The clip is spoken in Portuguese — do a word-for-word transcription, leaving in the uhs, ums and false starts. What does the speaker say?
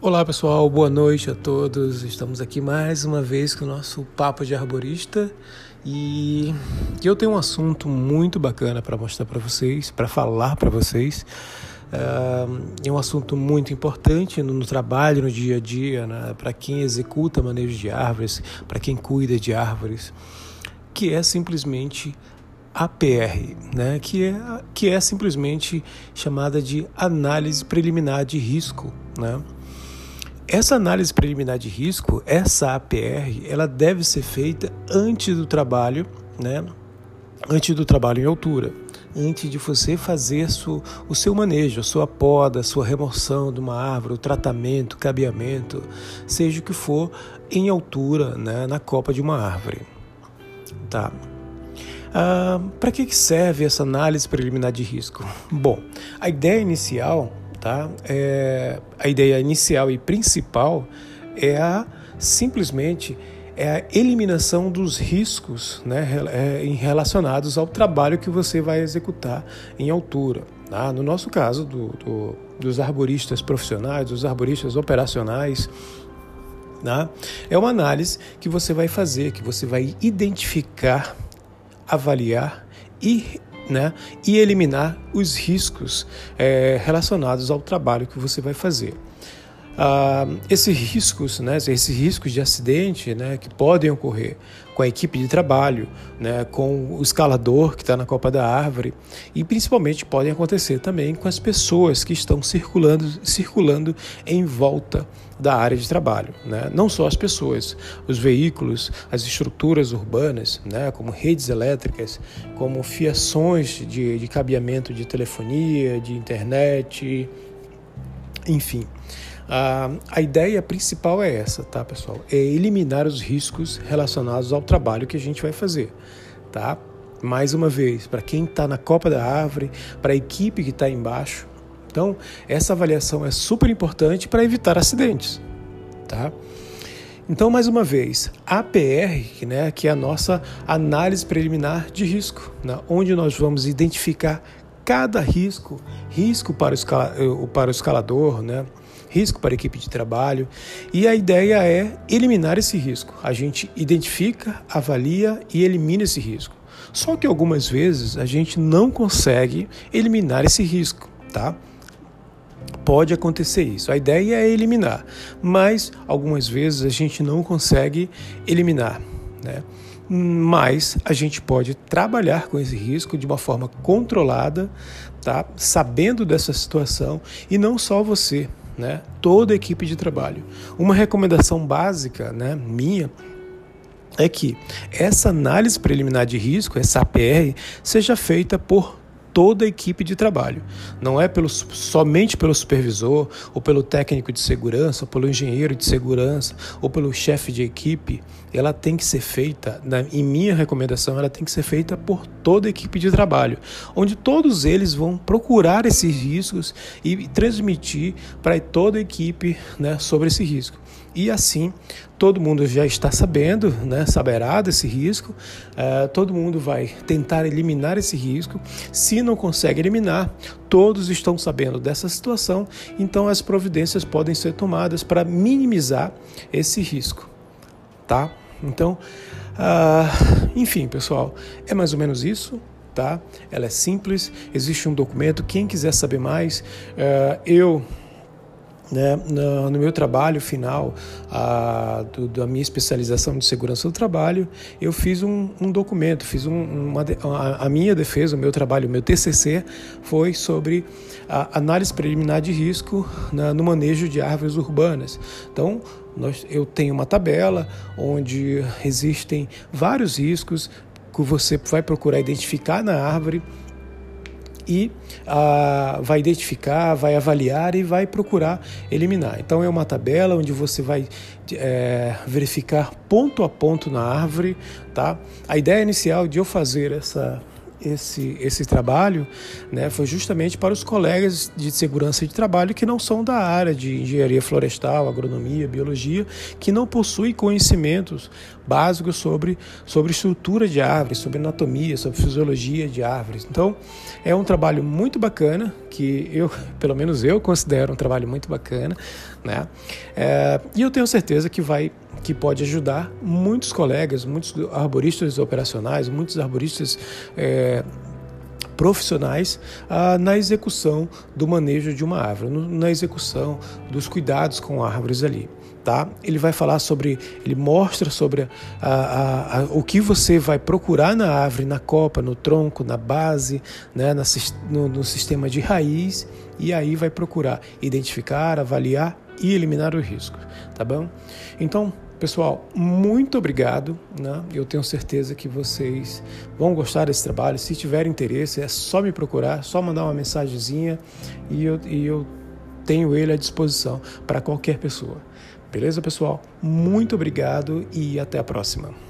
Olá pessoal, boa noite a todos. Estamos aqui mais uma vez com o nosso Papo de Arborista e eu tenho um assunto muito bacana para mostrar para vocês, para falar para vocês. É um assunto muito importante no trabalho, no dia a dia, né? Para quem executa manejo de árvores, para quem cuida de árvores, que é simplesmente A P R, né? que, é, que é simplesmente chamada de análise preliminar de risco, né? Essa análise preliminar de risco, essa A P R, ela deve ser feita antes do trabalho, né? Antes do trabalho em altura, antes de você fazer su, o seu manejo, a sua poda, a sua remoção de uma árvore, o tratamento, o cabeamento, seja o que for, em altura, né? Na copa de uma árvore. Tá? Ah, para que serve essa análise preliminar de risco? Bom, a ideia inicial... Tá? É, a ideia inicial e principal é a, simplesmente é a eliminação dos riscos, né, é, relacionados ao trabalho que você vai executar em altura. Tá? No nosso caso, do, do, dos arboristas profissionais, dos arboristas operacionais, tá? É uma análise que você vai fazer, que você vai identificar, avaliar e Né, e eliminar os riscos é, relacionados ao trabalho que você vai fazer. Ah, esses riscos, né, esses riscos de acidente, né, que podem ocorrer com a equipe de trabalho, né, com o escalador que está na copa da árvore e principalmente podem acontecer também com as pessoas que estão circulando, circulando em volta da área de trabalho, né? Não só as pessoas, os veículos, as estruturas urbanas, né, como redes elétricas, como fiações de, de cabeamento de telefonia, de internet, enfim. A, a ideia principal é essa, tá, pessoal? É eliminar os riscos relacionados ao trabalho que a gente vai fazer, tá? Mais uma vez, para quem está na copa da árvore, para a equipe que está embaixo. Então, essa avaliação é super importante para evitar acidentes, tá? Então, mais uma vez, a A P R, né, que é a nossa análise preliminar de risco, né, onde nós vamos identificar cada risco, risco para o, escala, para o escalador, né, risco para a equipe de trabalho, e a ideia é eliminar esse risco. A gente identifica, avalia e elimina esse risco. Só que algumas vezes a gente não consegue eliminar esse risco, tá? Pode acontecer isso. A ideia é eliminar, mas algumas vezes a gente não consegue eliminar, né? Mas a gente pode trabalhar com esse risco de uma forma controlada, tá? Sabendo dessa situação, e não só você, né? Toda a equipe de trabalho. Uma recomendação básica, né, minha é que essa análise preliminar de risco, essa A P R, seja feita por toda a equipe de trabalho. Não é pelo, somente pelo supervisor, ou pelo técnico de segurança, ou pelo engenheiro de segurança, ou pelo chefe de equipe. Ela tem que ser feita, na, em minha recomendação, ela tem que ser feita por toda a equipe de trabalho, onde todos eles vão procurar esses riscos e transmitir para toda a equipe, né, sobre esse risco. E assim, todo mundo já está sabendo, né, saberá desse risco, uh, todo mundo vai tentar eliminar esse risco. Se não consegue eliminar, todos estão sabendo dessa situação, então as providências podem ser tomadas para minimizar esse risco, tá? Então, uh, enfim, pessoal, é mais ou menos isso. Tá? Ela é simples, existe um documento, quem quiser saber mais, uh, eu... Né, no, no meu trabalho final, a, do, da minha especialização de segurança do trabalho, eu fiz um, um documento, fiz um, uma, a, a minha defesa, o meu trabalho, o meu T C C foi sobre a análise preliminar de risco na, no manejo de árvores urbanas. Então, nós, eu tenho uma tabela onde existem vários riscos que você vai procurar identificar na árvore, e ah, vai identificar, vai avaliar e vai procurar eliminar. Então é uma tabela onde você vai é, verificar ponto a ponto na árvore, tá? A ideia inicial de eu fazer essa, esse, esse trabalho, né, foi justamente para os colegas de segurança de trabalho que não são da área de engenharia florestal, agronomia, biologia, que não possuem conhecimentos básicos sobre, sobre estrutura de árvores, sobre anatomia, sobre fisiologia de árvores. Então, é um trabalho muito bacana, que eu, pelo menos eu considero um trabalho muito bacana, né? É, e eu tenho certeza que vai que pode ajudar muitos colegas, muitos arboristas operacionais, muitos arboristas é, profissionais ah, na execução do manejo de uma árvore, no, na execução dos cuidados com árvores ali. Tá? Ele vai falar sobre, ele mostra sobre a, a, a, o que você vai procurar na árvore, na copa, no tronco, na base, né, na, no, no sistema de raiz, e aí vai procurar identificar, avaliar e eliminar os riscos, tá bom? Então, pessoal, muito obrigado, né? Eu tenho certeza que vocês vão gostar desse trabalho. Se tiverem interesse, é só me procurar, só mandar uma mensagenzinha e eu, e eu tenho ele à disposição para qualquer pessoa. Beleza, pessoal? Muito obrigado e até a próxima.